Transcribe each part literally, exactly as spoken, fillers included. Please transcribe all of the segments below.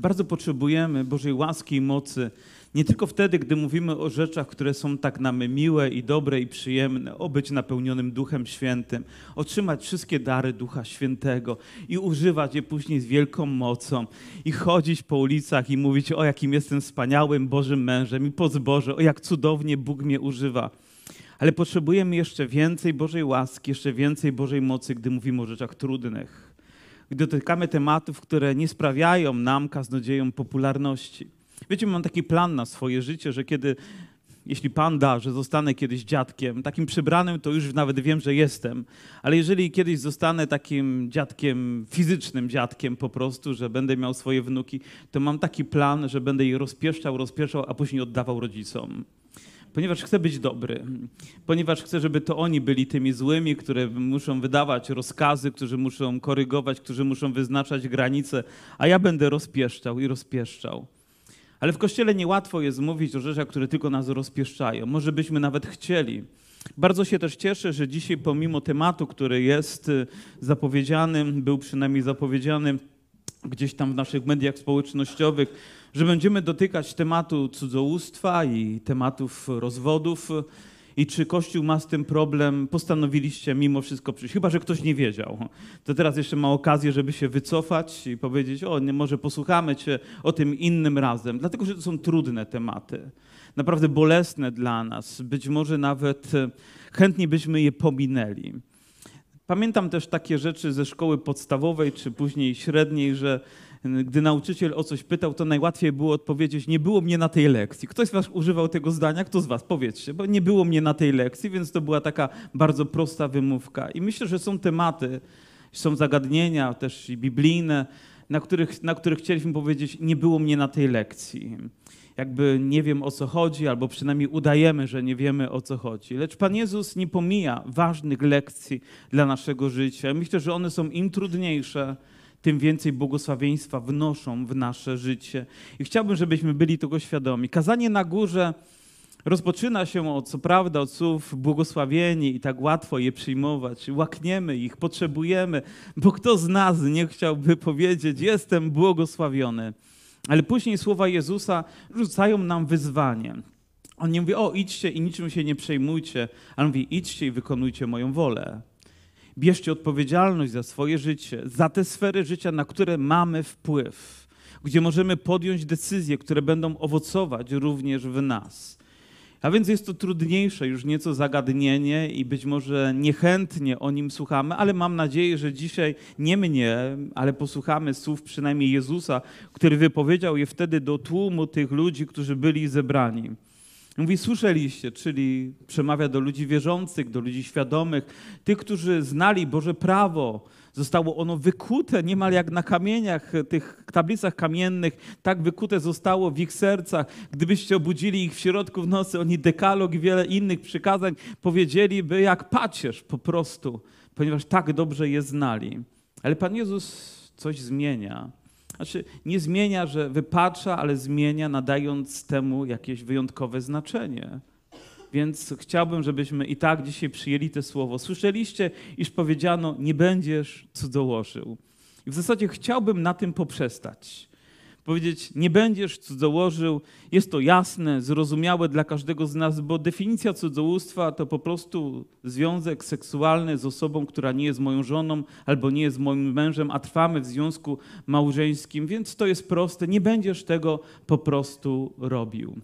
Bardzo potrzebujemy Bożej łaski i mocy, nie tylko wtedy, gdy mówimy o rzeczach, które są tak nam miłe i dobre i przyjemne, o być napełnionym Duchem Świętym, otrzymać wszystkie dary Ducha Świętego i używać je później z wielką mocą i chodzić po ulicach i mówić, o jakim jestem wspaniałym Bożym mężem i po zborze, o jak cudownie Bóg mnie używa. Ale potrzebujemy jeszcze więcej Bożej łaski, jeszcze więcej Bożej mocy, gdy mówimy o rzeczach trudnych. Gdy dotykamy tematów, które nie sprawiają nam, kaznodziejom, popularności. Wiecie, mam taki plan na swoje życie, że kiedy, jeśli Pan da, że zostanę kiedyś dziadkiem, takim przybranym, to już nawet wiem, że jestem, ale jeżeli kiedyś zostanę takim dziadkiem, fizycznym dziadkiem po prostu, że będę miał swoje wnuki, to mam taki plan, że będę je rozpieszczał, rozpieszczał, a później oddawał rodzicom. Ponieważ chcę być dobry, ponieważ chcę, żeby to oni byli tymi złymi, które muszą wydawać rozkazy, którzy muszą korygować, którzy muszą wyznaczać granice, a ja będę rozpieszczał i rozpieszczał. Ale w Kościele niełatwo jest mówić o rzeczach, które tylko nas rozpieszczają. Może byśmy nawet chcieli. Bardzo się też cieszę, że dzisiaj pomimo tematu, który jest zapowiedziany, był przynajmniej zapowiedziany gdzieś tam w naszych mediach społecznościowych, że będziemy dotykać tematu cudzołóstwa i tematów rozwodów. I czy Kościół ma z tym problem, postanowiliście mimo wszystko przyjść. Chyba że ktoś nie wiedział. To teraz jeszcze ma okazję, żeby się wycofać i powiedzieć, o, nie, może posłuchamy Cię o tym innym razem. Dlatego, że to są trudne tematy. Naprawdę bolesne dla nas. Być może nawet chętnie byśmy je pominęli. Pamiętam też takie rzeczy ze szkoły podstawowej, czy później średniej, że gdy nauczyciel o coś pytał, to najłatwiej było odpowiedzieć, nie było mnie na tej lekcji. Ktoś z was używał tego zdania? Kto z was? Powiedzcie, bo nie było mnie na tej lekcji, więc to była taka bardzo prosta wymówka. I myślę, że są tematy, są zagadnienia też i biblijne, na których, na których chcieliśmy powiedzieć, nie było mnie na tej lekcji. Jakby nie wiem, o co chodzi, albo przynajmniej udajemy, że nie wiemy, o co chodzi. Lecz Pan Jezus nie pomija ważnych lekcji dla naszego życia. Myślę, że one są im trudniejsze, tym więcej błogosławieństwa wnoszą w nasze życie. I chciałbym, żebyśmy byli tego świadomi. Kazanie na górze rozpoczyna się od, co prawda, od słów błogosławieni i tak łatwo je przyjmować. Łakniemy ich, potrzebujemy, bo kto z nas nie chciałby powiedzieć, jestem błogosławiony. Ale później słowa Jezusa rzucają nam wyzwanie. On nie mówi, o idźcie i niczym się nie przejmujcie, ale mówi, idźcie i wykonujcie moją wolę. Bierzcie odpowiedzialność za swoje życie, za te sfery życia, na które mamy wpływ, gdzie możemy podjąć decyzje, które będą owocować również w nas. A więc jest to trudniejsze już nieco zagadnienie i być może niechętnie o nim słuchamy, ale mam nadzieję, że dzisiaj nie mnie, ale posłuchamy słów przynajmniej Jezusa, który wypowiedział je wtedy do tłumu tych ludzi, którzy byli zebrani. Mówi, słyszeliście, czyli przemawia do ludzi wierzących, do ludzi świadomych, tych, którzy znali Boże prawo. Zostało ono wykute niemal jak na kamieniach, tych tablicach kamiennych, tak wykute zostało w ich sercach. Gdybyście obudzili ich w środku w nocy, oni dekalog i wiele innych przykazań powiedzieliby jak pacierz po prostu, ponieważ tak dobrze je znali. Ale Pan Jezus coś zmienia. Znaczy nie zmienia, że wypacza, ale zmienia, nadając temu jakieś wyjątkowe znaczenie. Więc chciałbym, żebyśmy i tak dzisiaj przyjęli to słowo. Słyszeliście, iż powiedziano, nie będziesz cudzołożył. I w zasadzie chciałbym na tym poprzestać. Powiedzieć, nie będziesz cudzołożył, jest to jasne, zrozumiałe dla każdego z nas, bo definicja cudzołóstwa to po prostu związek seksualny z osobą, która nie jest moją żoną albo nie jest moim mężem, a trwamy w związku małżeńskim, więc to jest proste, nie będziesz tego po prostu robił.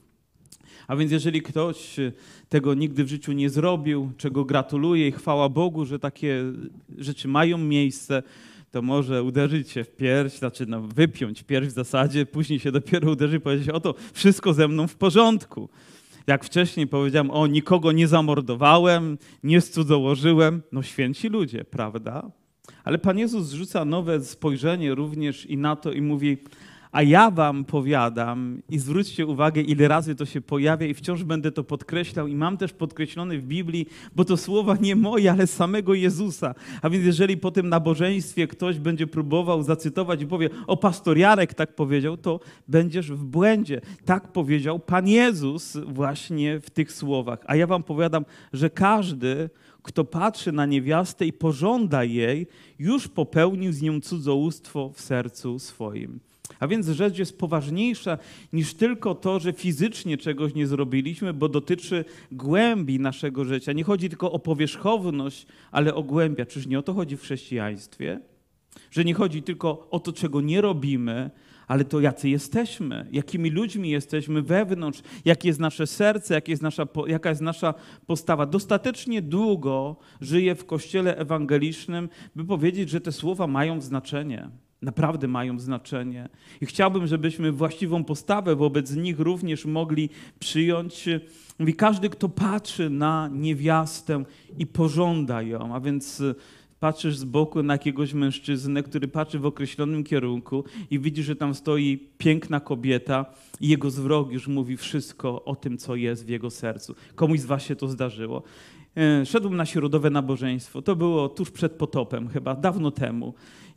A więc jeżeli ktoś tego nigdy w życiu nie zrobił, czego gratuluję i chwała Bogu, że takie rzeczy mają miejsce, to może uderzyć się w pierś, znaczy no, wypiąć pierś w zasadzie, później się dopiero uderzy i powiedzieć, oto wszystko ze mną w porządku. Jak wcześniej powiedziałem, o nikogo nie zamordowałem, nie cudzołożyłem, no święci ludzie, prawda? Ale Pan Jezus zrzuca nowe spojrzenie również i na to i mówi, a ja wam powiadam i zwróćcie uwagę, ile razy to się pojawia i wciąż będę to podkreślał i mam też podkreślone w Biblii, bo to słowa nie moje, ale samego Jezusa. A więc jeżeli po tym nabożeństwie ktoś będzie próbował zacytować i powie, o pastor Jarek tak powiedział, to będziesz w błędzie. Tak powiedział Pan Jezus właśnie w tych słowach. A ja wam powiadam, że każdy, kto patrzy na niewiastę i pożąda jej, już popełnił z nią cudzołóstwo w sercu swoim. A więc rzecz jest poważniejsza niż tylko to, że fizycznie czegoś nie zrobiliśmy, bo dotyczy głębi naszego życia. Nie chodzi tylko o powierzchowność, ale o głębia. Czyż nie o to chodzi w chrześcijaństwie? Że nie chodzi tylko o to, czego nie robimy, ale to jacy jesteśmy, jakimi ludźmi jesteśmy wewnątrz, jakie jest nasze serce, jakie jest nasza, jaka jest nasza postawa. Dostatecznie długo żyję w Kościele ewangelicznym, by powiedzieć, że te słowa mają znaczenie. Naprawdę mają znaczenie. I chciałbym, żebyśmy właściwą postawę wobec nich również mogli przyjąć. Mówi, każdy, kto patrzy na niewiastę i pożąda ją, a więc patrzysz z boku na jakiegoś mężczyznę, który patrzy w określonym kierunku i widzisz, że tam stoi piękna kobieta i jego wzrok już mówi wszystko o tym, co jest w jego sercu. Komuś z was się to zdarzyło. Szedłem na środowe nabożeństwo, to było tuż przed potopem chyba, dawno temu.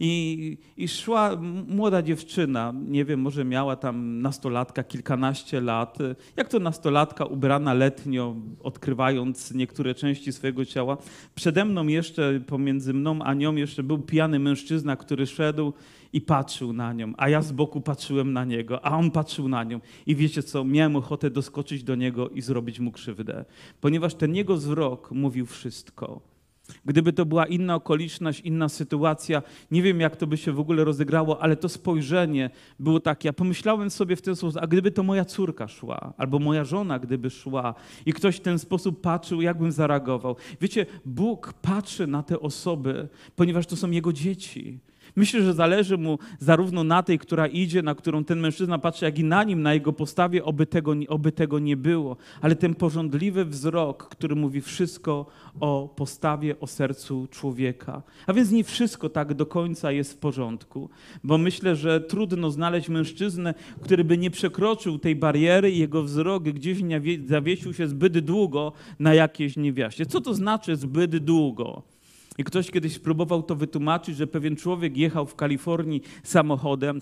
I, I szła młoda dziewczyna, nie wiem, może miała tam nastolatka, kilkanaście lat. Jak to nastolatka ubrana letnio, odkrywając niektóre części swojego ciała. Przede mną jeszcze, pomiędzy mną a nią jeszcze był pijany mężczyzna, który szedł i patrzył na nią, a ja z boku patrzyłem na niego, a on patrzył na nią. I wiecie co, miałem ochotę doskoczyć do niego i zrobić mu krzywdę, ponieważ ten jego wzrok mówił wszystko. Gdyby to była inna okoliczność, inna sytuacja, nie wiem, jak to by się w ogóle rozegrało, ale to spojrzenie było takie. Ja pomyślałem sobie w ten sposób, a gdyby to moja córka szła, albo moja żona gdyby szła i ktoś w ten sposób patrzył, jakbym zareagował. Wiecie, Bóg patrzy na te osoby, ponieważ to są Jego dzieci. Myślę, że zależy mu zarówno na tej, która idzie, na którą ten mężczyzna patrzy, jak i na nim, na jego postawie, oby tego, oby tego nie było. Ale ten pożądliwy wzrok, który mówi wszystko o postawie, o sercu człowieka. A więc nie wszystko tak do końca jest w porządku, bo myślę, że trudno znaleźć mężczyznę, który by nie przekroczył tej bariery i jego wzrok gdzieś nie zawiesił się zbyt długo na jakiejś niewiaście. Co to znaczy zbyt długo? I ktoś kiedyś próbował to wytłumaczyć, że pewien człowiek jechał w Kalifornii samochodem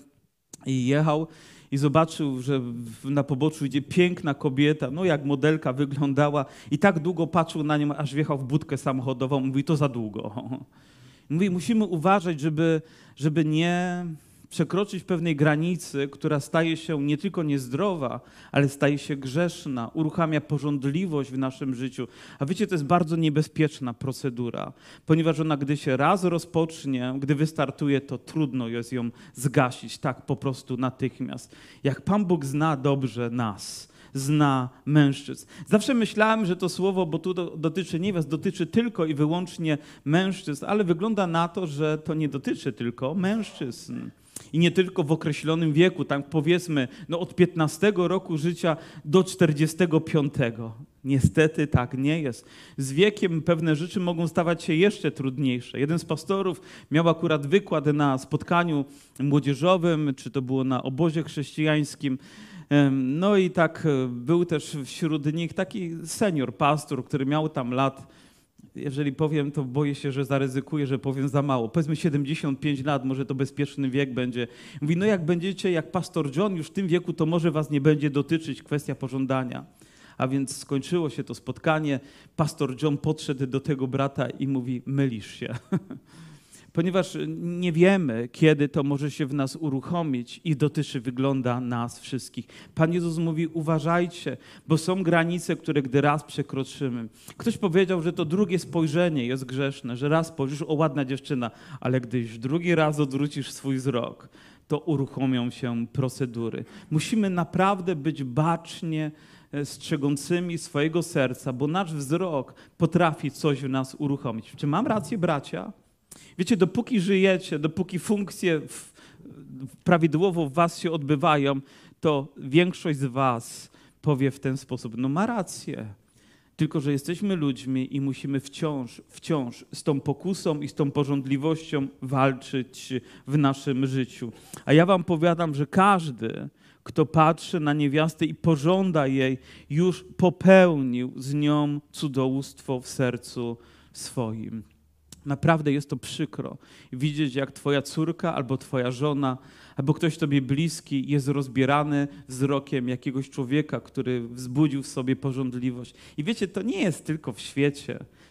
i jechał i zobaczył, że na poboczu idzie piękna kobieta, no jak modelka wyglądała i tak długo patrzył na nią, aż wjechał w budkę samochodową. Mówi, to za długo. Mówi, musimy uważać, żeby, żeby nie przekroczyć pewnej granicy, która staje się nie tylko niezdrowa, ale staje się grzeszna, uruchamia pożądliwość w naszym życiu. A wiecie, to jest bardzo niebezpieczna procedura, ponieważ ona, gdy się raz rozpocznie, gdy wystartuje, to trudno jest ją zgasić tak po prostu natychmiast. Jak Pan Bóg zna dobrze nas, zna mężczyzn. Zawsze myślałem, że to słowo, bo tu dotyczy niewiast, dotyczy tylko i wyłącznie mężczyzn, ale wygląda na to, że to nie dotyczy tylko mężczyzn. I nie tylko w określonym wieku, tak powiedzmy, no od piętnastego roku życia do czterdziestego piątego. Niestety tak nie jest. Z wiekiem pewne rzeczy mogą stawać się jeszcze trudniejsze. Jeden z pastorów miał akurat wykład na spotkaniu młodzieżowym, czy to było na obozie chrześcijańskim. No i tak był też wśród nich taki senior pastor, który miał tam lat, jeżeli powiem, to boję się, że zaryzykuję, że powiem za mało. Powiedzmy siedemdziesiąt pięć lat, może to bezpieczny wiek będzie. Mówi, no jak będziecie jak pastor John już w tym wieku, to może was nie będzie dotyczyć kwestia pożądania. A więc skończyło się to spotkanie. Pastor John podszedł do tego brata i mówi, mylisz się. Ponieważ nie wiemy, kiedy to może się w nas uruchomić i dotyczy, wygląda nas wszystkich. Pan Jezus mówi, uważajcie, bo są granice, które gdy raz przekroczymy. Ktoś powiedział, że to drugie spojrzenie jest grzeszne, że raz spojrzysz, o ładna dziewczyna, ale gdy już drugi raz odwrócisz swój wzrok, to uruchomią się procedury. Musimy naprawdę być bacznie strzegącymi swojego serca, bo nasz wzrok potrafi coś w nas uruchomić. Czy mam rację, bracia? Wiecie, dopóki żyjecie, dopóki funkcje w, w prawidłowo w was się odbywają, to większość z was powie w ten sposób, no ma rację, tylko że jesteśmy ludźmi i musimy wciąż, wciąż z tą pokusą i z tą pożądliwością walczyć w naszym życiu. A ja wam powiadam, że każdy, kto patrzy na niewiastę i pożąda jej, już popełnił z nią cudzołóstwo w sercu swoim. Naprawdę jest to przykro widzieć, jak twoja córka albo twoja żona, albo ktoś tobie bliski jest rozbierany wzrokiem jakiegoś człowieka, który wzbudził w sobie pożądliwość. I wiecie, to nie jest tylko w świecie,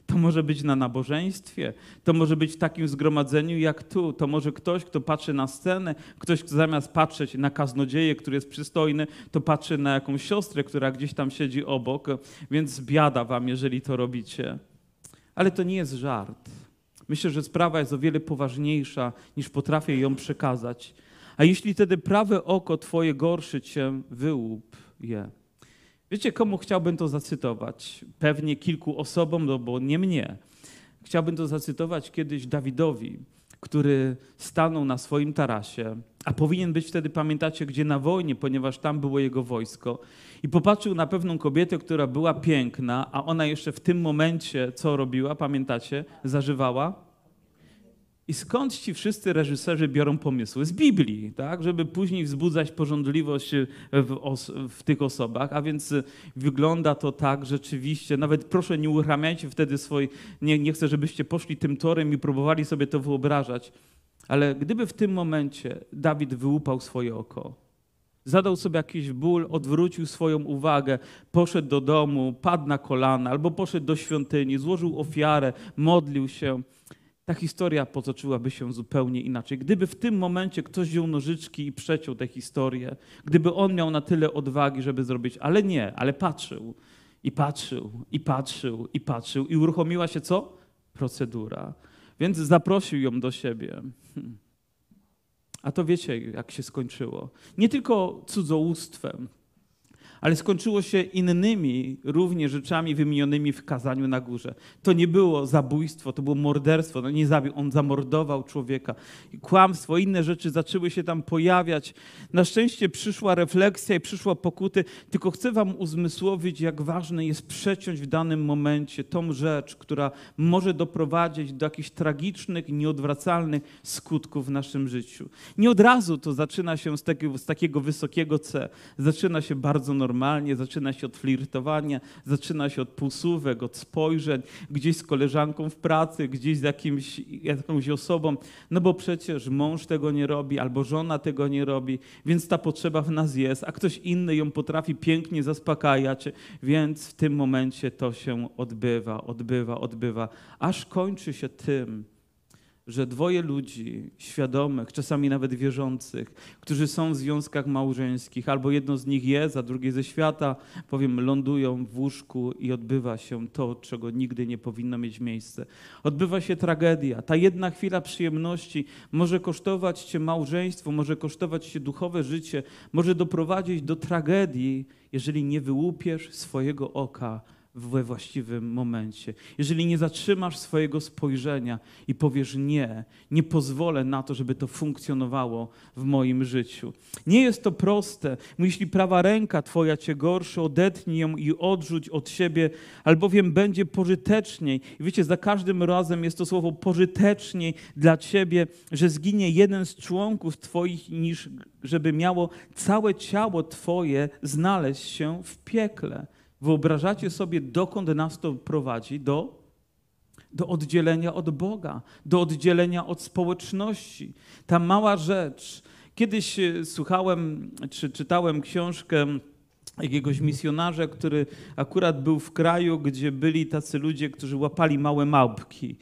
To może być na nabożeństwie, to może być w takim zgromadzeniu jak tu, to może ktoś, kto patrzy na scenę, ktoś, kto zamiast patrzeć na kaznodzieję, który jest przystojny, to patrzy na jakąś siostrę, która gdzieś tam siedzi obok, więc biada wam, jeżeli to robicie. Ale to nie jest żart. Myślę, że sprawa jest o wiele poważniejsza, niż potrafię ją przekazać. A jeśli wtedy prawe oko twoje gorszy cię, wyłup je. Wiecie, komu chciałbym to zacytować? Pewnie kilku osobom, no bo nie mnie. Chciałbym to zacytować kiedyś Dawidowi, który stanął na swoim tarasie, a powinien być wtedy, pamiętacie, gdzie na wojnie, ponieważ tam było jego wojsko. I popatrzył na pewną kobietę, która była piękna, a ona jeszcze w tym momencie co robiła, pamiętacie? Zażywała. I skąd ci wszyscy reżyserzy biorą pomysły? Z Biblii, tak? Żeby później wzbudzać pożądliwość w, os w tych osobach. A więc wygląda to tak rzeczywiście. Nawet proszę, nie uruchamiajcie wtedy swojej... Nie, nie chcę, żebyście poszli tym torem i próbowali sobie to wyobrażać. Ale gdyby w tym momencie Dawid wyłupał swoje oko, zadał sobie jakiś ból, odwrócił swoją uwagę, poszedł do domu, padł na kolana albo poszedł do świątyni, złożył ofiarę, modlił się, ta historia potoczyłaby się zupełnie inaczej. Gdyby w tym momencie ktoś wziął nożyczki i przeciął tę historię, gdyby on miał na tyle odwagi, żeby zrobić, ale nie, ale patrzył i patrzył i patrzył i patrzył i uruchomiła się co? Procedura. Więc zaprosił ją do siebie. Hmm. A to wiecie, jak się skończyło. Nie tylko cudzołóstwem, ale skończyło się innymi również rzeczami wymienionymi w kazaniu na górze. To nie było zabójstwo, to było morderstwo. No nie zabił, on zamordował człowieka. I kłamstwo, inne rzeczy zaczęły się tam pojawiać. Na szczęście przyszła refleksja i przyszła pokuty, tylko chcę wam uzmysłowić, jak ważne jest przeciąć w danym momencie tą rzecz, która może doprowadzić do jakichś tragicznych, nieodwracalnych skutków w naszym życiu. Nie od razu to zaczyna się z takiego, z takiego wysokiego C. Zaczyna się bardzo normalnie. Normalnie, zaczyna się od flirtowania, zaczyna się od półsłówek, od spojrzeń, gdzieś z koleżanką w pracy, gdzieś z jakimś, jakąś osobą, no bo przecież mąż tego nie robi, albo żona tego nie robi, więc ta potrzeba w nas jest, a ktoś inny ją potrafi pięknie zaspokajać, więc w tym momencie to się odbywa, odbywa, odbywa, aż kończy się tym, że dwoje ludzi świadomych, czasami nawet wierzących, którzy są w związkach małżeńskich, albo jedno z nich jest, a drugie ze świata, powiem, lądują w łóżku i odbywa się to, czego nigdy nie powinno mieć miejsca. Odbywa się tragedia. Ta jedna chwila przyjemności może kosztować cię małżeństwo, może kosztować cię duchowe życie, może doprowadzić do tragedii, jeżeli nie wyłupiesz swojego oka we właściwym momencie. Jeżeli nie zatrzymasz swojego spojrzenia i powiesz nie, nie pozwolę na to, żeby to funkcjonowało w moim życiu. Nie jest to proste. Jeśli prawa ręka twoja cię gorszy, odetnij ją i odrzuć od siebie, albowiem będzie pożyteczniej. I wiecie, za każdym razem jest to słowo pożyteczniej dla ciebie, że zginie jeden z członków twoich, niż żeby miało całe ciało twoje znaleźć się w piekle. Wyobrażacie sobie, dokąd nas to prowadzi? Do, do oddzielenia od Boga, do oddzielenia od społeczności. Ta mała rzecz. Kiedyś słuchałem, czy czytałem książkę jakiegoś misjonarza, który akurat był w kraju, gdzie byli tacy ludzie, którzy łapali małe małpki.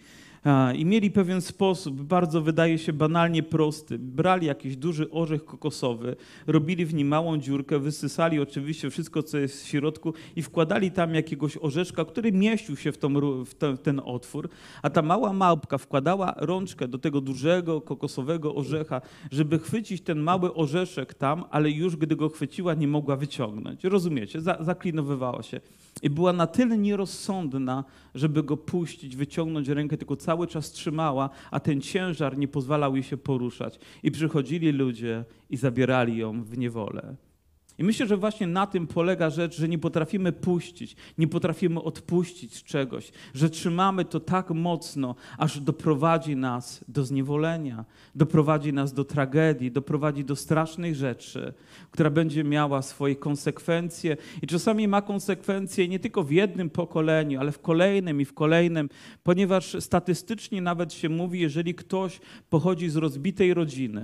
I mieli pewien sposób, bardzo wydaje się banalnie prosty. Brali jakiś duży orzech kokosowy, robili w nim małą dziurkę, wysysali oczywiście wszystko, co jest w środku i wkładali tam jakiegoś orzeszka, który mieścił się w, tą, w ten, ten otwór, a ta mała małpka wkładała rączkę do tego dużego kokosowego orzecha, żeby chwycić ten mały orzeszek tam, ale już gdy go chwyciła, nie mogła wyciągnąć. Rozumiecie? Zaklinowywała się. I była na tyle nierozsądna, żeby go puścić, wyciągnąć rękę, tylko cały czas trzymała, a ten ciężar nie pozwalał jej się poruszać. I przychodzili ludzie i zabierali ją w niewolę. I myślę, że właśnie na tym polega rzecz, że nie potrafimy puścić, nie potrafimy odpuścić czegoś, że trzymamy to tak mocno, aż doprowadzi nas do zniewolenia, doprowadzi nas do tragedii, doprowadzi do strasznych rzeczy, która będzie miała swoje konsekwencje i czasami ma konsekwencje nie tylko w jednym pokoleniu, ale w kolejnym i w kolejnym, ponieważ statystycznie nawet się mówi, jeżeli ktoś pochodzi z rozbitej rodziny,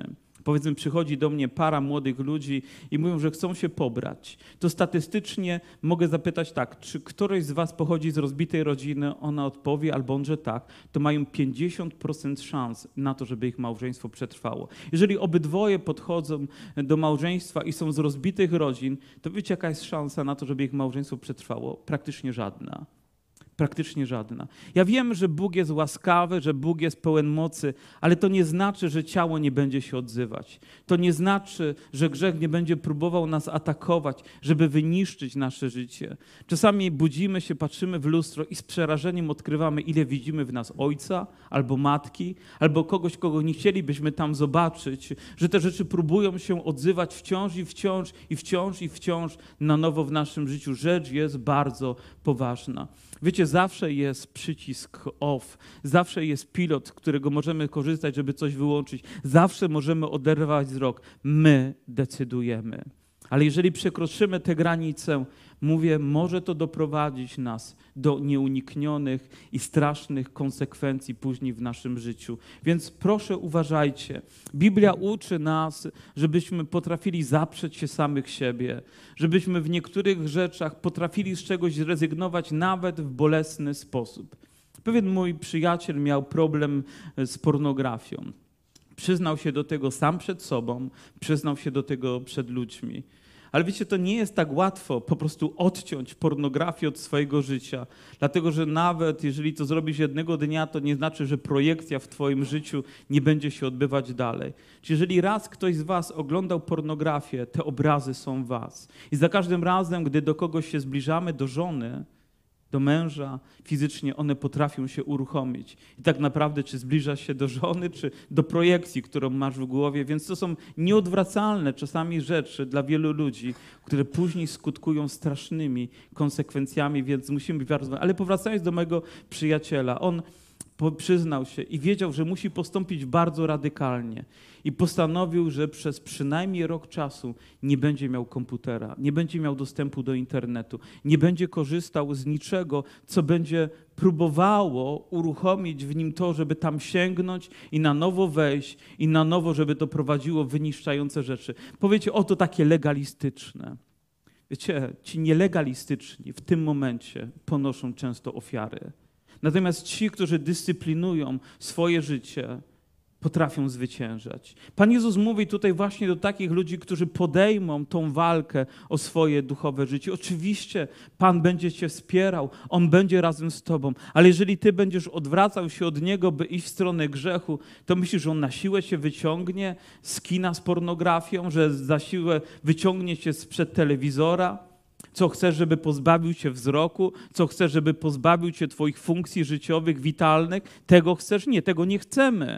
powiedzmy przychodzi do mnie para młodych ludzi i mówią, że chcą się pobrać, to statystycznie mogę zapytać tak, czy któryś z was pochodzi z rozbitej rodziny, ona odpowie albo on, że tak, to mają pięćdziesiąt procent szans na to, żeby ich małżeństwo przetrwało. Jeżeli obydwoje podchodzą do małżeństwa i są z rozbitych rodzin, to wiecie, jaka jest szansa na to, żeby ich małżeństwo przetrwało? Praktycznie żadna. Praktycznie żadna. Ja wiem, że Bóg jest łaskawy, że Bóg jest pełen mocy, ale to nie znaczy, że ciało nie będzie się odzywać. To nie znaczy, że grzech nie będzie próbował nas atakować, żeby wyniszczyć nasze życie. Czasami budzimy się, patrzymy w lustro i z przerażeniem odkrywamy, ile widzimy w nas ojca albo matki, albo kogoś, kogo nie chcielibyśmy tam zobaczyć, że te rzeczy próbują się odzywać wciąż i wciąż i wciąż i wciąż na nowo w naszym życiu. Rzecz jest bardzo poważna. Wiecie, zawsze jest przycisk off, zawsze jest pilot, którego możemy korzystać, żeby coś wyłączyć. Zawsze możemy oderwać wzrok. My decydujemy. Ale jeżeli przekroczymy tę granicę, mówię, może to doprowadzić nas do nieuniknionych i strasznych konsekwencji później w naszym życiu. Więc proszę uważajcie. Biblia uczy nas, żebyśmy potrafili zaprzeć się samych siebie, żebyśmy w niektórych rzeczach potrafili z czegoś zrezygnować nawet w bolesny sposób. Pewien mój przyjaciel miał problem z pornografią. Przyznał się do tego sam przed sobą, przyznał się do tego przed ludźmi. Ale wiecie, to nie jest tak łatwo po prostu odciąć pornografię od swojego życia, dlatego że nawet jeżeli to zrobisz jednego dnia, to nie znaczy, że projekcja w twoim życiu nie będzie się odbywać dalej. Czyli jeżeli raz ktoś z was oglądał pornografię, te obrazy są w was. I za każdym razem, gdy do kogoś się zbliżamy, do żony, do męża, fizycznie one potrafią się uruchomić. I tak naprawdę czy zbliżasz się do żony, czy do projekcji, którą masz w głowie, więc to są nieodwracalne czasami rzeczy dla wielu ludzi, które później skutkują strasznymi konsekwencjami, więc musimy być bardzo... Ale powracając do mojego przyjaciela, on przyznał się i wiedział, że musi postąpić bardzo radykalnie i postanowił, że przez przynajmniej rok czasu nie będzie miał komputera, nie będzie miał dostępu do internetu, nie będzie korzystał z niczego, co będzie próbowało uruchomić w nim to, żeby tam sięgnąć i na nowo wejść i na nowo, żeby to prowadziło wyniszczające rzeczy. Powiecie, oto takie legalistyczne. Wiecie, ci nielegalistyczni w tym momencie ponoszą często ofiary. Natomiast ci, którzy dyscyplinują swoje życie, potrafią zwyciężać. Pan Jezus mówi tutaj właśnie do takich ludzi, którzy podejmą tą walkę o swoje duchowe życie. Oczywiście Pan będzie cię wspierał, On będzie razem z tobą, ale jeżeli ty będziesz odwracał się od Niego, by iść w stronę grzechu, to myślisz, że On na siłę cię wyciągnie z kina z pornografią, że za siłę wyciągnie cię sprzed telewizora? Co chcesz, żeby pozbawił cię wzroku? Co chcesz, żeby pozbawił cię twoich funkcji życiowych, witalnych? Tego chcesz? Nie, tego nie chcemy.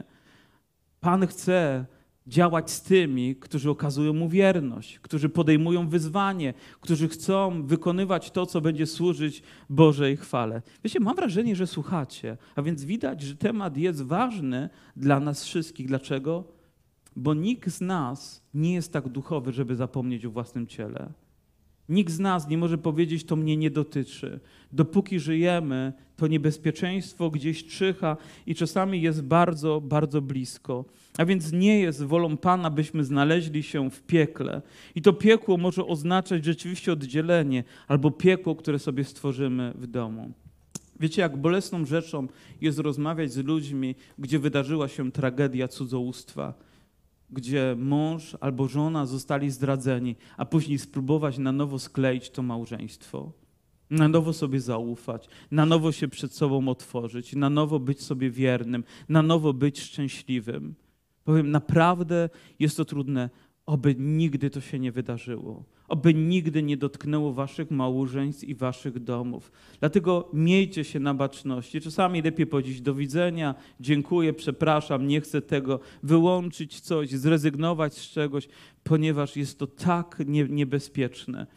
Pan chce działać z tymi, którzy okazują Mu wierność, którzy podejmują wyzwanie, którzy chcą wykonywać to, co będzie służyć Bożej chwale. Wiecie, mam wrażenie, że słuchacie, a więc widać, że temat jest ważny dla nas wszystkich. Dlaczego? Bo nikt z nas nie jest tak duchowy, żeby zapomnieć o własnym ciele. Nikt z nas nie może powiedzieć, to mnie nie dotyczy. Dopóki żyjemy, to niebezpieczeństwo gdzieś czyha i czasami jest bardzo, bardzo blisko. A więc nie jest wolą Pana, byśmy znaleźli się w piekle. I to piekło może oznaczać rzeczywiście oddzielenie albo piekło, które sobie stworzymy w domu. Wiecie, jak bolesną rzeczą jest rozmawiać z ludźmi, gdzie wydarzyła się tragedia cudzołóstwa, gdzie mąż albo żona zostali zdradzeni, a później spróbować na nowo skleić to małżeństwo, na nowo sobie zaufać, na nowo się przed sobą otworzyć, na nowo być sobie wiernym, na nowo być szczęśliwym. Powiem, naprawdę jest to trudne, oby nigdy to się nie wydarzyło. Oby nigdy nie dotknęło waszych małżeństw i waszych domów. Dlatego miejcie się na baczności. Czasami lepiej powiedzieć do widzenia, dziękuję, przepraszam, nie chcę tego, wyłączyć coś, zrezygnować z czegoś, ponieważ jest to tak nie, niebezpieczne.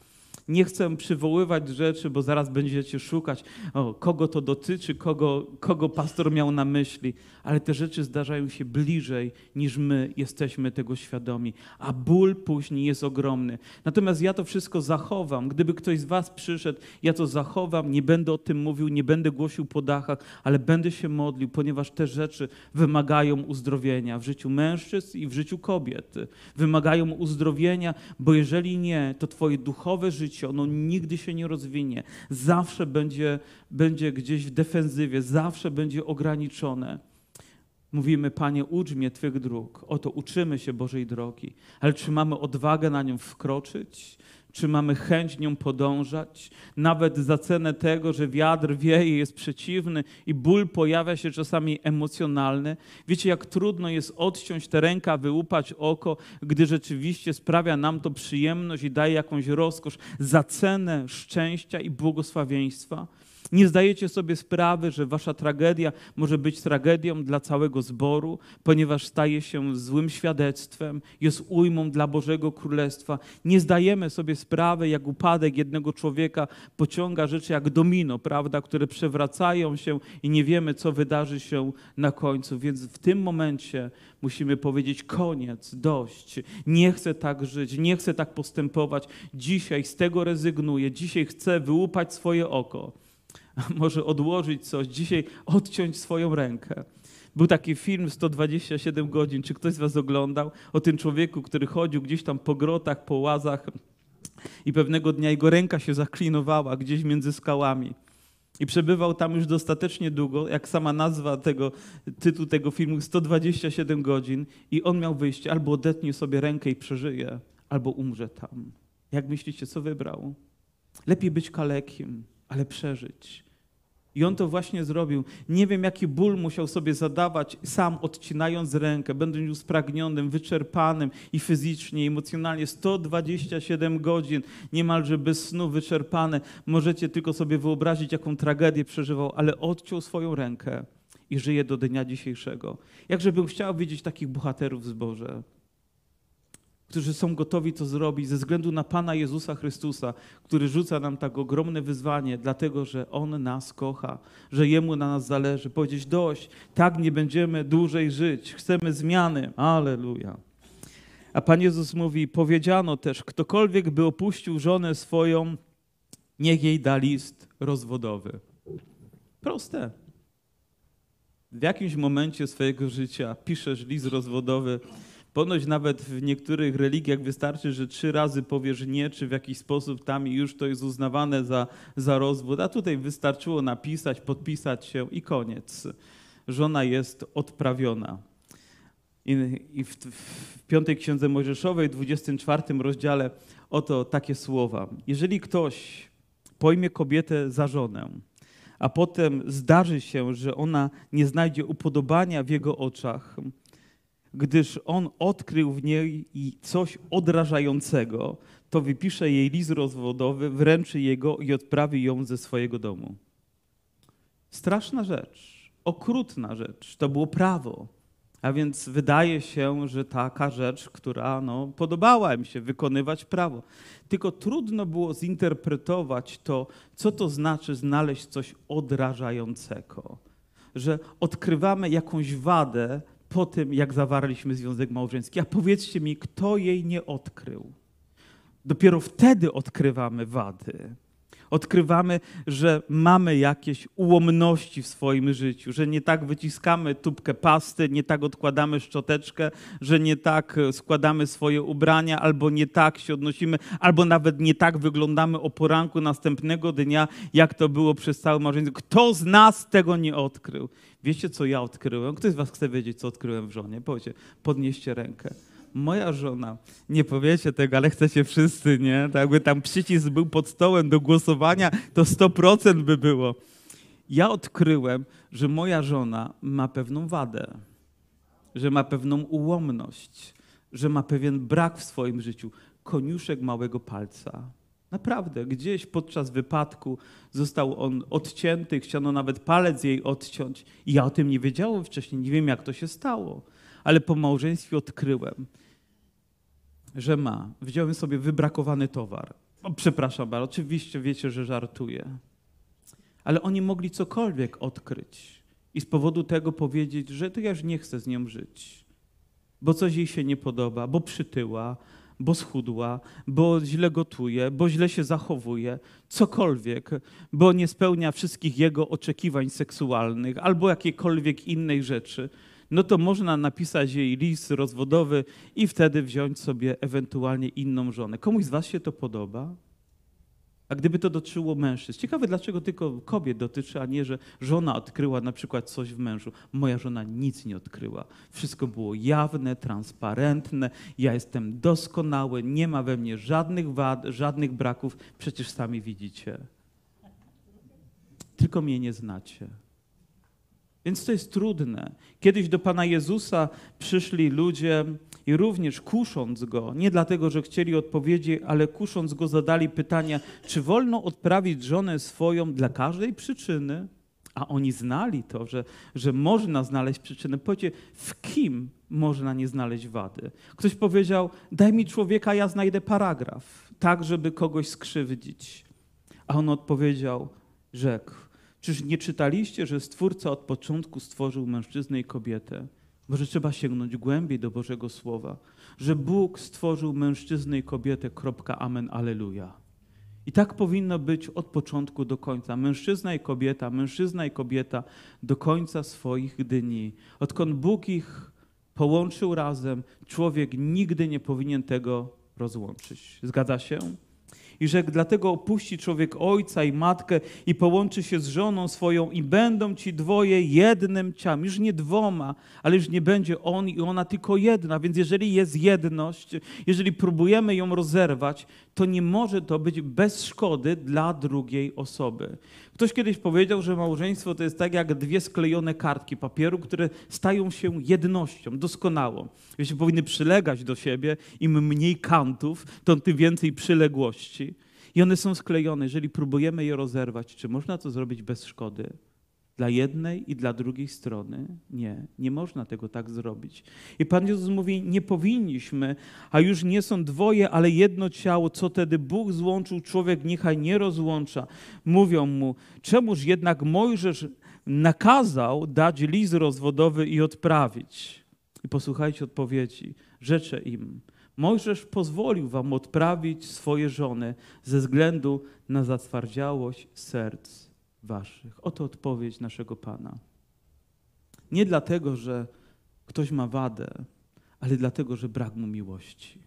Nie chcę przywoływać rzeczy, bo zaraz będziecie szukać, o, kogo to dotyczy, kogo, kogo pastor miał na myśli, ale te rzeczy zdarzają się bliżej, niż my jesteśmy tego świadomi, a ból później jest ogromny. Natomiast ja to wszystko zachowam. Gdyby ktoś z was przyszedł, ja to zachowam, nie będę o tym mówił, nie będę głosił po dachach, ale będę się modlił, ponieważ te rzeczy wymagają uzdrowienia w życiu mężczyzn i w życiu kobiet. Wymagają uzdrowienia, bo jeżeli nie, to twoje duchowe życie, ono nigdy się nie rozwinie. Zawsze będzie, będzie gdzieś w defensywie, zawsze będzie ograniczone. Mówimy, Panie, ucz mnie Twych dróg. Oto uczymy się Bożej drogi. Ale czy mamy odwagę na nią wkroczyć? Czy mamy chęć nią podążać? Nawet za cenę tego, że wiatr wieje, jest przeciwny i ból pojawia się czasami emocjonalny. Wiecie, jak trudno jest odciąć tę rękę, wyłupać oko, gdy rzeczywiście sprawia nam to przyjemność i daje jakąś rozkosz za cenę szczęścia i błogosławieństwa. Nie zdajecie sobie sprawy, że wasza tragedia może być tragedią dla całego zboru, ponieważ staje się złym świadectwem, jest ujmą dla Bożego Królestwa. Nie zdajemy sobie sprawy, jak upadek jednego człowieka pociąga rzeczy jak domino, prawda, które przewracają się i nie wiemy, co wydarzy się na końcu. Więc w tym momencie musimy powiedzieć koniec, dość. Nie chcę tak żyć, nie chcę tak postępować. Dzisiaj z tego rezygnuję, dzisiaj chcę wyłupać swoje oko. Może odłożyć coś, dzisiaj odciąć swoją rękę. Był taki film sto dwadzieścia siedem godzin, czy ktoś z was oglądał? O tym człowieku, który chodził gdzieś tam po grotach, po łazach i pewnego dnia jego ręka się zaklinowała gdzieś między skałami. I przebywał tam już dostatecznie długo, jak sama nazwa tego, tytuł tego filmu, sto dwadzieścia siedem godzin i on miał wyjście, albo odetnie sobie rękę i przeżyje, albo umrze tam. Jak myślicie, co wybrał? Lepiej być kalekiem, ale przeżyć. I on to właśnie zrobił. Nie wiem, jaki ból musiał sobie zadawać, sam odcinając rękę, będąc już spragnionym, wyczerpanym i fizycznie, i emocjonalnie. sto dwadzieścia siedem godzin, niemalże bez snu, wyczerpane. Możecie tylko sobie wyobrazić, jaką tragedię przeżywał, ale odciął swoją rękę i żyje do dnia dzisiejszego. Jakże bym chciał widzieć takich bohaterów w zborze, którzy są gotowi to zrobić ze względu na Pana Jezusa Chrystusa, który rzuca nam tak ogromne wyzwanie, dlatego że On nas kocha, że Jemu na nas zależy. Powiedzieć dość, tak nie będziemy dłużej żyć, chcemy zmiany. Alleluja. A Pan Jezus mówi, powiedziano też, ktokolwiek by opuścił żonę swoją, niech jej da list rozwodowy. Proste. W jakimś momencie swojego życia piszesz list rozwodowy. Ponoć nawet w niektórych religiach wystarczy, że trzy razy powiesz nie, czy w jakiś sposób tam i już to jest uznawane za, za rozwód. A tutaj wystarczyło napisać, podpisać się i koniec. Żona jest odprawiona. I, i w, w piątej Księdze Mojżeszowej, w dwudziestym czwartym rozdziale, oto takie słowa. Jeżeli ktoś pojmie kobietę za żonę, a potem zdarzy się, że ona nie znajdzie upodobania w jego oczach, gdyż on odkrył w niej coś odrażającego, to wypisze jej list rozwodowy, wręczy jego i odprawi ją ze swojego domu. Straszna rzecz, okrutna rzecz, to było prawo. A więc wydaje się, że taka rzecz, która no, podobała im się, wykonywać prawo. Tylko trudno było zinterpretować to, co to znaczy znaleźć coś odrażającego. Że odkrywamy jakąś wadę po tym, jak zawarliśmy związek małżeński. A powiedzcie mi, kto jej nie odkrył? Dopiero wtedy odkrywamy wady. Odkrywamy, że mamy jakieś ułomności w swoim życiu, że nie tak wyciskamy tubkę pasty, nie tak odkładamy szczoteczkę, że nie tak składamy swoje ubrania, albo nie tak się odnosimy, albo nawet nie tak wyglądamy o poranku następnego dnia, jak to było przez całe małżeństwo. Kto z nas tego nie odkrył? Wiecie, co ja odkryłem? Ktoś z was chce wiedzieć, co odkryłem w żonie? Powiedzcie, podnieście rękę. Moja żona, nie powiecie tego, ale chcecie wszyscy, nie? Tak jakby tam przycisk był pod stołem do głosowania, to sto procent by było. Ja odkryłem, że moja żona ma pewną wadę, że ma pewną ułomność, że ma pewien brak w swoim życiu. Koniuszek małego palca. Naprawdę, gdzieś podczas wypadku został on odcięty, chciano nawet palec jej odciąć. I ja o tym nie wiedziałem wcześniej, nie wiem, jak to się stało. Ale po małżeństwie odkryłem, że ma. Wziąłem sobie wybrakowany towar. O, przepraszam bardzo, oczywiście wiecie, że żartuję. Ale oni mogli cokolwiek odkryć i z powodu tego powiedzieć, że to ja już nie chcę z nią żyć, bo coś jej się nie podoba, bo przytyła, bo schudła, bo źle gotuje, bo źle się zachowuje, cokolwiek, bo nie spełnia wszystkich jego oczekiwań seksualnych albo jakiejkolwiek innej rzeczy, no to można napisać jej list rozwodowy i wtedy wziąć sobie ewentualnie inną żonę. Komuś z was się to podoba? A gdyby to dotyczyło mężczyzn? Ciekawe, dlaczego tylko kobiet dotyczy, a nie, że żona odkryła na przykład coś w mężu. Moja żona nic nie odkryła. Wszystko było jawne, transparentne. Ja jestem doskonały, nie ma we mnie żadnych wad, żadnych braków. Przecież sami widzicie. Tylko mnie nie znacie. Więc to jest trudne. Kiedyś do Pana Jezusa przyszli ludzie i również kusząc Go, nie dlatego, że chcieli odpowiedzi, ale kusząc Go zadali pytania, czy wolno odprawić żonę swoją dla każdej przyczyny? A oni znali to, że, że można znaleźć przyczynę. Powiedzcie, w kim można nie znaleźć wady? Ktoś powiedział, daj mi człowieka, ja znajdę paragraf, tak, żeby kogoś skrzywdzić. A on odpowiedział, rzekł, czyż nie czytaliście, że Stwórca od początku stworzył mężczyznę i kobietę? Może trzeba sięgnąć głębiej do Bożego Słowa, że Bóg stworzył mężczyznę i kobietę, kropka, amen, alleluja. I tak powinno być od początku do końca. Mężczyzna i kobieta, mężczyzna i kobieta do końca swoich dni. Odkąd Bóg ich połączył razem, człowiek nigdy nie powinien tego rozłączyć. Zgadza się? I że dlatego opuści człowiek ojca i matkę i połączy się z żoną swoją i będą ci dwoje jednym ciałem. Już nie dwoma, ale już nie będzie on i ona, tylko jedna. Więc jeżeli jest jedność, jeżeli próbujemy ją rozerwać, to nie może to być bez szkody dla drugiej osoby. Ktoś kiedyś powiedział, że małżeństwo to jest tak jak dwie sklejone kartki papieru, które stają się jednością doskonałą. Jeśli powinny przylegać do siebie, im mniej kantów, to tym więcej przyległości. I one są sklejone. Jeżeli próbujemy je rozerwać, czy można to zrobić bez szkody? Dla jednej i dla drugiej strony? Nie, nie można tego tak zrobić. I Pan Jezus mówi, nie powinniśmy, a już nie są dwoje, ale jedno ciało, co tedy Bóg złączył, człowiek niechaj nie rozłącza. Mówią mu, czemuż jednak Mojżesz nakazał dać list rozwodowy i odprawić? I posłuchajcie odpowiedzi. Rzeczę im, Mojżesz pozwolił wam odprawić swoje żony ze względu na zatwardziałość serc waszych. Oto odpowiedź naszego Pana. Nie dlatego, że ktoś ma wadę, ale dlatego, że brak mu miłości.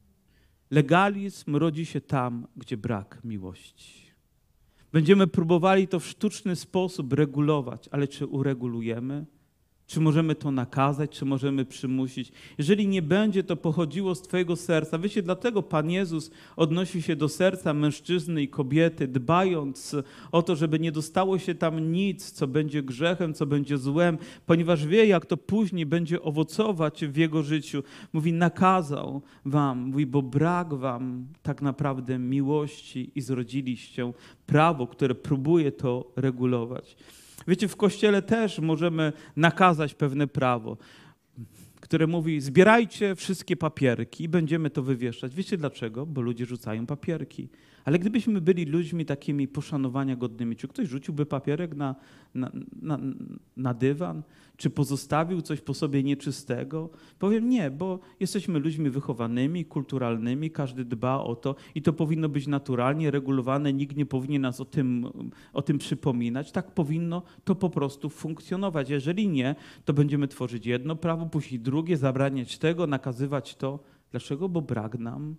Legalizm rodzi się tam, gdzie brak miłości. Będziemy próbowali to w sztuczny sposób regulować, ale czy uregulujemy? Czy możemy to nakazać, czy możemy przymusić? Jeżeli nie będzie to pochodziło z twojego serca, wiecie, dlatego Pan Jezus odnosi się do serca mężczyzny i kobiety, dbając o to, żeby nie dostało się tam nic, co będzie grzechem, co będzie złem, ponieważ wie, jak to później będzie owocować w jego życiu. Mówi, nakazał wam, mówi, bo brak wam tak naprawdę miłości i zrodziliście prawo, które próbuje to regulować. Wiecie, w Kościele też możemy nakazać pewne prawo, które mówi, zbierajcie wszystkie papierki i będziemy to wywieszać. Wiecie dlaczego? Bo ludzie rzucają papierki. Ale gdybyśmy byli ludźmi takimi poszanowania godnymi, czy ktoś rzuciłby papierek na, na, na, na dywan? Czy pozostawił coś po sobie nieczystego? Powiem nie, bo jesteśmy ludźmi wychowanymi, kulturalnymi, każdy dba o to i to powinno być naturalnie regulowane, nikt nie powinien nas o tym, o tym przypominać. Tak powinno to po prostu funkcjonować. Jeżeli nie, to będziemy tworzyć jedno prawo, później drugie, zabraniać tego, nakazywać to. Dlaczego? Bo brak nam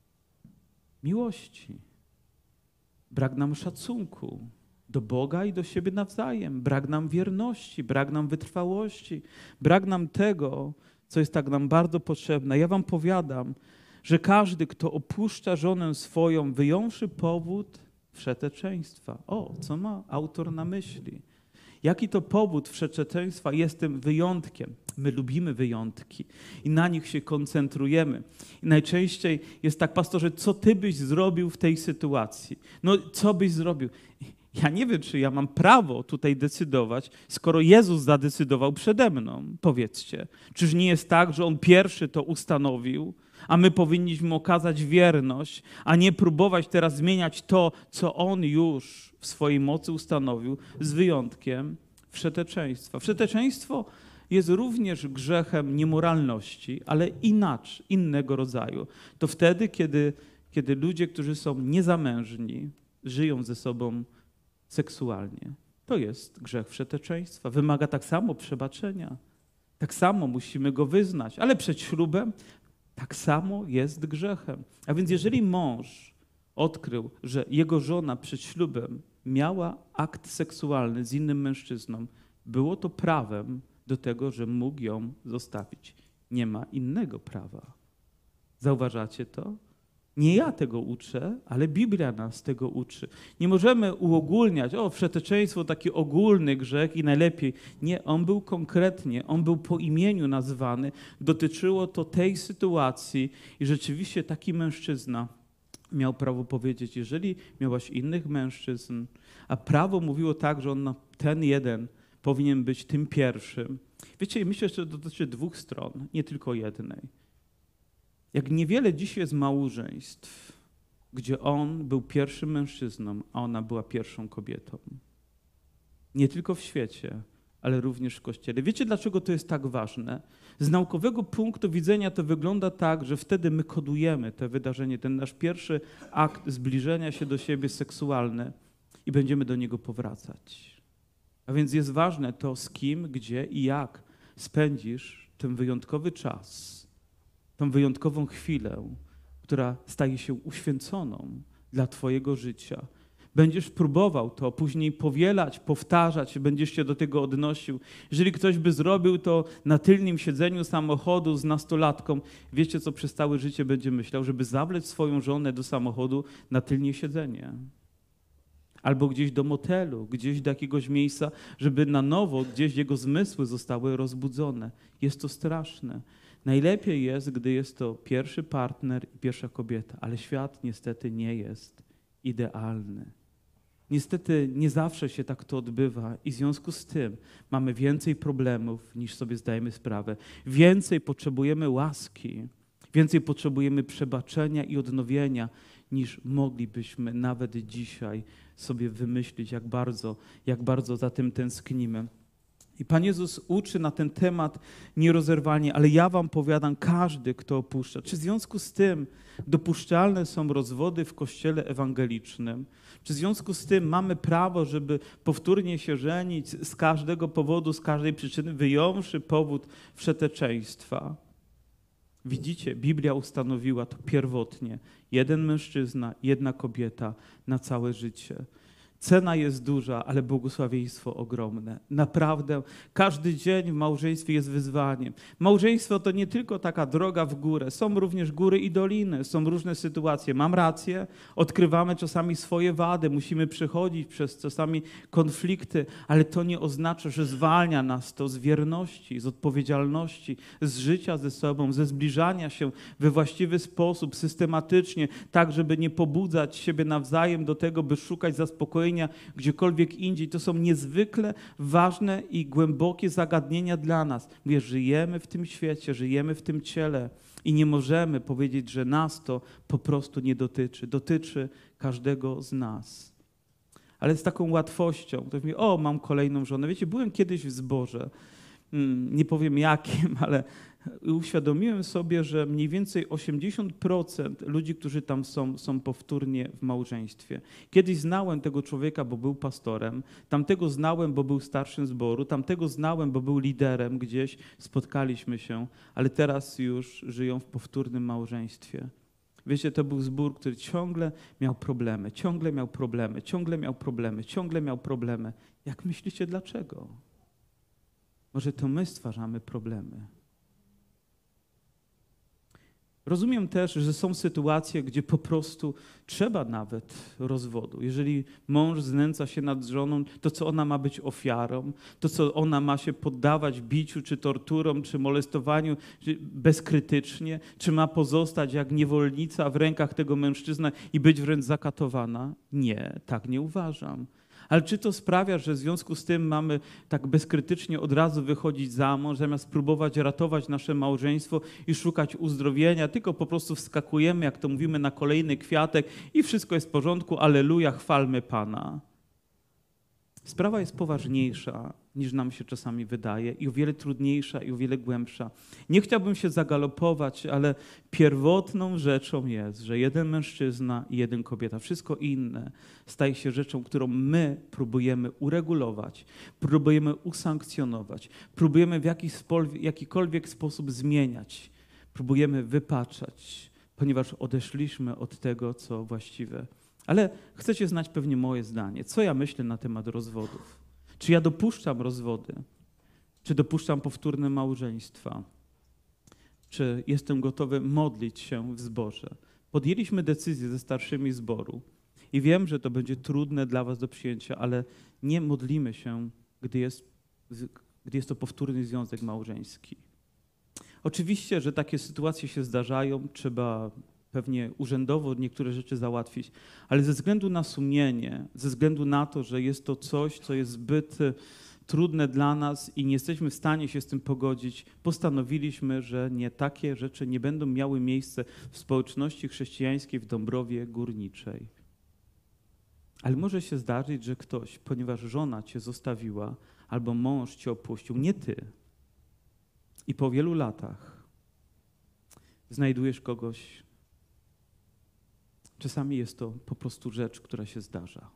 miłości. Brak nam szacunku do Boga i do siebie nawzajem. Brak nam wierności, brak nam wytrwałości, brak nam tego, co jest tak nam bardzo potrzebne. Ja wam powiadam, że każdy, kto opuszcza żonę swoją, wyjąwszy powód wszeteczeństwa. O, co ma autor na myśli? Jaki to powód wszeteczeństwa jest tym wyjątkiem? My lubimy wyjątki i na nich się koncentrujemy. I najczęściej jest tak, pastorze, co ty byś zrobił w tej sytuacji? No, co byś zrobił? Ja nie wiem, czy ja mam prawo tutaj decydować, skoro Jezus zadecydował przede mną. Powiedzcie, czyż nie jest tak, że On pierwszy to ustanowił, a my powinniśmy okazać wierność, a nie próbować teraz zmieniać to, co On już w swojej mocy ustanowił, z wyjątkiem wszeteczeństwa. Wszeteczeństwo jest również grzechem niemoralności, ale inaczej, innego rodzaju. To wtedy, kiedy, kiedy ludzie, którzy są niezamężni, żyją ze sobą seksualnie. To jest grzech wszeteczeństwa. Wymaga tak samo przebaczenia. Tak samo musimy go wyznać, ale przed ślubem tak samo jest grzechem. A więc jeżeli mąż odkrył, że jego żona przed ślubem miała akt seksualny z innym mężczyzną, było to prawem do tego, że mógł ją zostawić. Nie ma innego prawa. Zauważacie to? Nie ja tego uczę, ale Biblia nas tego uczy. Nie możemy uogólniać, o, wszeteczeństwo taki ogólny grzech i najlepiej. Nie, on był konkretnie, on był po imieniu nazwany. Dotyczyło to tej sytuacji i rzeczywiście taki mężczyzna miał prawo powiedzieć, jeżeli miałaś innych mężczyzn, a prawo mówiło tak, że on, ten jeden powinien być tym pierwszym. Wiecie, myślę, że to dotyczy dwóch stron, nie tylko jednej. Jak niewiele dziś jest małżeństw, gdzie on był pierwszym mężczyzną, a ona była pierwszą kobietą. Nie tylko w świecie, ale również w Kościele. Wiecie, dlaczego to jest tak ważne? Z naukowego punktu widzenia to wygląda tak, że wtedy my kodujemy to wydarzenie, ten nasz pierwszy akt zbliżenia się do siebie seksualny i będziemy do niego powracać. A więc jest ważne to, z kim, gdzie i jak spędzisz ten wyjątkowy czas, tą wyjątkową chwilę, która staje się uświęconą dla twojego życia. Będziesz próbował to później powielać, powtarzać, będziesz się do tego odnosił. Jeżeli ktoś by zrobił to na tylnym siedzeniu samochodu z nastolatką, wiecie, co przez całe życie będzie myślał? Żeby zawlec swoją żonę do samochodu na tylnie siedzenie. Albo gdzieś do motelu, gdzieś do jakiegoś miejsca, żeby na nowo gdzieś jego zmysły zostały rozbudzone. Jest to straszne. Najlepiej jest, gdy jest to pierwszy partner i pierwsza kobieta, ale świat niestety nie jest idealny. Niestety nie zawsze się tak to odbywa i w związku z tym mamy więcej problemów, niż sobie zdajemy sprawę. Więcej potrzebujemy łaski, więcej potrzebujemy przebaczenia i odnowienia, niż moglibyśmy nawet dzisiaj sobie wymyślić, jak bardzo, jak bardzo za tym tęsknimy. I Pan Jezus uczy na ten temat nierozerwalnie, ale ja wam powiadam, każdy, kto opuszcza. Czy w związku z tym dopuszczalne są rozwody w Kościele ewangelicznym? Czy w związku z tym mamy prawo, żeby powtórnie się żenić z każdego powodu, z każdej przyczyny, wyjąwszy powód wszeteczeństwa? Widzicie, Biblia ustanowiła to pierwotnie. Jeden mężczyzna, jedna kobieta na całe życie. Cena jest duża, ale błogosławieństwo ogromne. Naprawdę każdy dzień w małżeństwie jest wyzwaniem. Małżeństwo to nie tylko taka droga w górę. Są również góry i doliny, są różne sytuacje. Mam rację, odkrywamy czasami swoje wady, musimy przechodzić przez czasami konflikty, ale to nie oznacza, że zwalnia nas to z wierności, z odpowiedzialności, z życia ze sobą, ze zbliżania się we właściwy sposób, systematycznie, tak żeby nie pobudzać siebie nawzajem do tego, by szukać zaspokojenia gdziekolwiek indziej. To są niezwykle ważne i głębokie zagadnienia dla nas. Mówię, żyjemy w tym świecie, żyjemy w tym ciele i nie możemy powiedzieć, że nas to po prostu nie dotyczy. Dotyczy każdego z nas. Ale z taką łatwością. Ktoś mówi, o, mam kolejną żonę. Wiecie, byłem kiedyś w zborze, nie powiem jakim, ale uświadomiłem sobie, że mniej więcej osiemdziesiąt procent ludzi, którzy tam są, są powtórnie w małżeństwie. Kiedyś znałem tego człowieka, bo był pastorem, tamtego znałem, bo był starszym zboru, tamtego znałem, bo był liderem gdzieś, spotkaliśmy się, ale teraz już żyją w powtórnym małżeństwie. Wiecie, to był zbór, który ciągle miał problemy, ciągle miał problemy, ciągle miał problemy, ciągle miał problemy. Jak myślicie, dlaczego? Może to my stwarzamy problemy. Rozumiem też, że są sytuacje, gdzie po prostu trzeba nawet rozwodu. Jeżeli mąż znęca się nad żoną, to co ona ma być ofiarą? To co ona ma się poddawać biciu, czy torturom, czy molestowaniu czy bezkrytycznie? Czy ma pozostać jak niewolnica w rękach tego mężczyzny i być wręcz zakatowana? Nie, tak nie uważam. Ale czy to sprawia, że w związku z tym mamy tak bezkrytycznie od razu wychodzić za mąż, zamiast próbować ratować nasze małżeństwo i szukać uzdrowienia, tylko po prostu wskakujemy, jak to mówimy, na kolejny kwiatek i wszystko jest w porządku, alleluja, chwalmy Pana. Sprawa jest poważniejsza, niż nam się czasami wydaje i o wiele trudniejsza i o wiele głębsza. Nie chciałbym się zagalopować, ale pierwotną rzeczą jest, że jeden mężczyzna i jeden kobieta, wszystko inne staje się rzeczą, którą my próbujemy uregulować, próbujemy usankcjonować, próbujemy w jakiś spo- jakikolwiek sposób zmieniać, próbujemy wypaczać, ponieważ odeszliśmy od tego, co właściwe. Ale chcecie znać pewnie moje zdanie. Co ja myślę na temat rozwodów? Czy ja dopuszczam rozwody? Czy dopuszczam powtórne małżeństwa? Czy jestem gotowy modlić się w zborze? Podjęliśmy decyzję ze starszymi zboru i wiem, że to będzie trudne dla was do przyjęcia, ale nie modlimy się, gdy jest, gdy jest to powtórny związek małżeński. Oczywiście, że takie sytuacje się zdarzają, trzeba pewnie urzędowo niektóre rzeczy załatwić, ale ze względu na sumienie, ze względu na to, że jest to coś, co jest zbyt trudne dla nas i nie jesteśmy w stanie się z tym pogodzić, postanowiliśmy, że nie takie rzeczy nie będą miały miejsca w społeczności chrześcijańskiej w Dąbrowie Górniczej. Ale może się zdarzyć, że ktoś, ponieważ żona cię zostawiła albo mąż cię opuścił, nie ty, i po wielu latach znajdujesz kogoś. Czasami jest to po prostu rzecz, która się zdarza.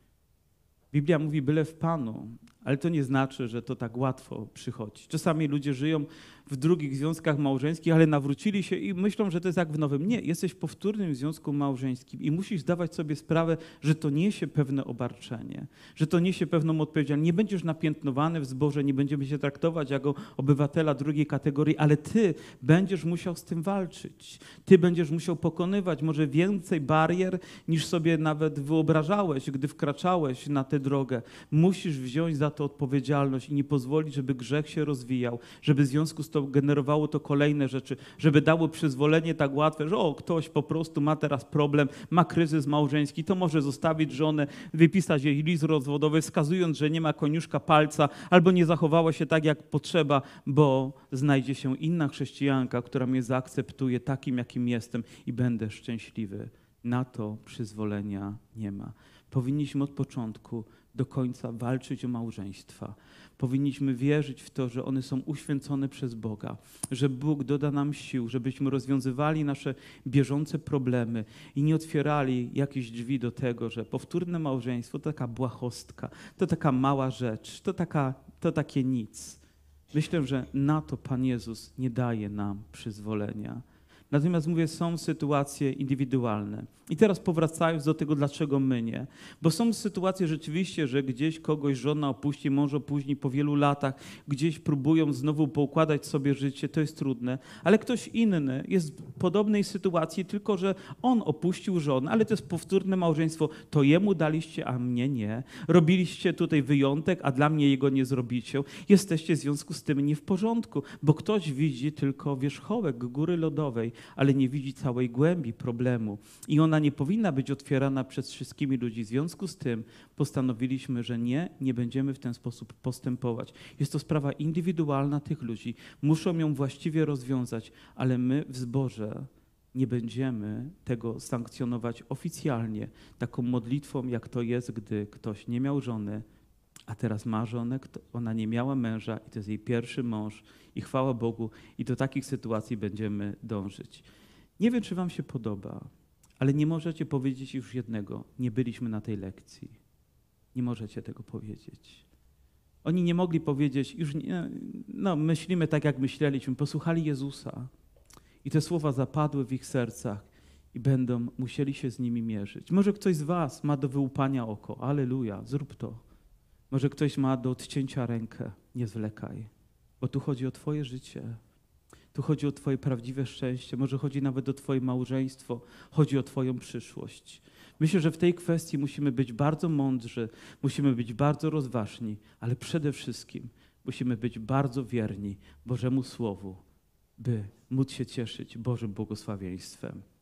Biblia mówi byle w Panu, ale to nie znaczy, że to tak łatwo przychodzi. Czasami ludzie żyją w drugich związkach małżeńskich, ale nawrócili się i myślą, że to jest jak w nowym. Nie, jesteś w powtórnym związku małżeńskim i musisz zdawać sobie sprawę, że to niesie pewne obarczenie, że to niesie pewną odpowiedzialność. Nie będziesz napiętnowany w zborze, nie będziemy się traktować jako obywatela drugiej kategorii, ale ty będziesz musiał z tym walczyć. Ty będziesz musiał pokonywać może więcej barier, niż sobie nawet wyobrażałeś, gdy wkraczałeś na tę drogę. Musisz wziąć za to odpowiedzialność i nie pozwolić, żeby grzech się rozwijał, żeby w związku z tym generowało to kolejne rzeczy, żeby dało przyzwolenie tak łatwe, że o, ktoś po prostu ma teraz problem, ma kryzys małżeński, to może zostawić żonę, wypisać jej list rozwodowy, wskazując, że nie ma koniuszka palca albo nie zachowała się tak, jak potrzeba, bo znajdzie się inna chrześcijanka, która mnie zaakceptuje takim, jakim jestem i będę szczęśliwy. Na to przyzwolenia nie ma. Powinniśmy od początku do końca walczyć o małżeństwa. Powinniśmy wierzyć w to, że one są uświęcone przez Boga, że Bóg doda nam sił, żebyśmy rozwiązywali nasze bieżące problemy i nie otwierali jakichś drzwi do tego, że powtórne małżeństwo to taka błahostka, to taka mała rzecz, to, taka, to takie nic. Myślę, że na to Pan Jezus nie daje nam przyzwolenia. Natomiast mówię, są sytuacje indywidualne. I teraz powracając do tego, dlaczego my nie. Bo są sytuacje rzeczywiście, że gdzieś kogoś żona opuści, mąż opuści po wielu latach, gdzieś próbują znowu poukładać sobie życie, to jest trudne. Ale ktoś inny jest w podobnej sytuacji, tylko że on opuścił żonę, ale to jest powtórne małżeństwo. To jemu daliście, a mnie nie. Robiliście tutaj wyjątek, a dla mnie jego nie zrobicie. Jesteście w związku z tym nie w porządku, bo ktoś widzi tylko wierzchołek góry lodowej, ale nie widzi całej głębi problemu. I ona nie powinna być otwierana przez wszystkimi ludzi. W związku z tym postanowiliśmy, że nie, nie będziemy w ten sposób postępować. Jest to sprawa indywidualna tych ludzi. Muszą ją właściwie rozwiązać, ale my w zborze nie będziemy tego sankcjonować oficjalnie taką modlitwą, jak to jest, gdy ktoś nie miał żony, a teraz ma żonę, ona nie miała męża i to jest jej pierwszy mąż i chwała Bogu i do takich sytuacji będziemy dążyć. Nie wiem, czy wam się podoba, ale nie możecie powiedzieć już jednego, nie byliśmy na tej lekcji. Nie możecie tego powiedzieć. Oni nie mogli powiedzieć, już nie, no myślimy tak, jak myśleliśmy, posłuchali Jezusa i te słowa zapadły w ich sercach i będą musieli się z nimi mierzyć. Może ktoś z was ma do wyłupania oko, alleluja, zrób to. Może ktoś ma do odcięcia rękę, nie zwlekaj, bo tu chodzi o twoje życie, tu chodzi o twoje prawdziwe szczęście, może chodzi nawet o twoje małżeństwo, chodzi o twoją przyszłość. Myślę, że w tej kwestii musimy być bardzo mądrzy, musimy być bardzo rozważni, ale przede wszystkim musimy być bardzo wierni Bożemu Słowu, by móc się cieszyć Bożym błogosławieństwem.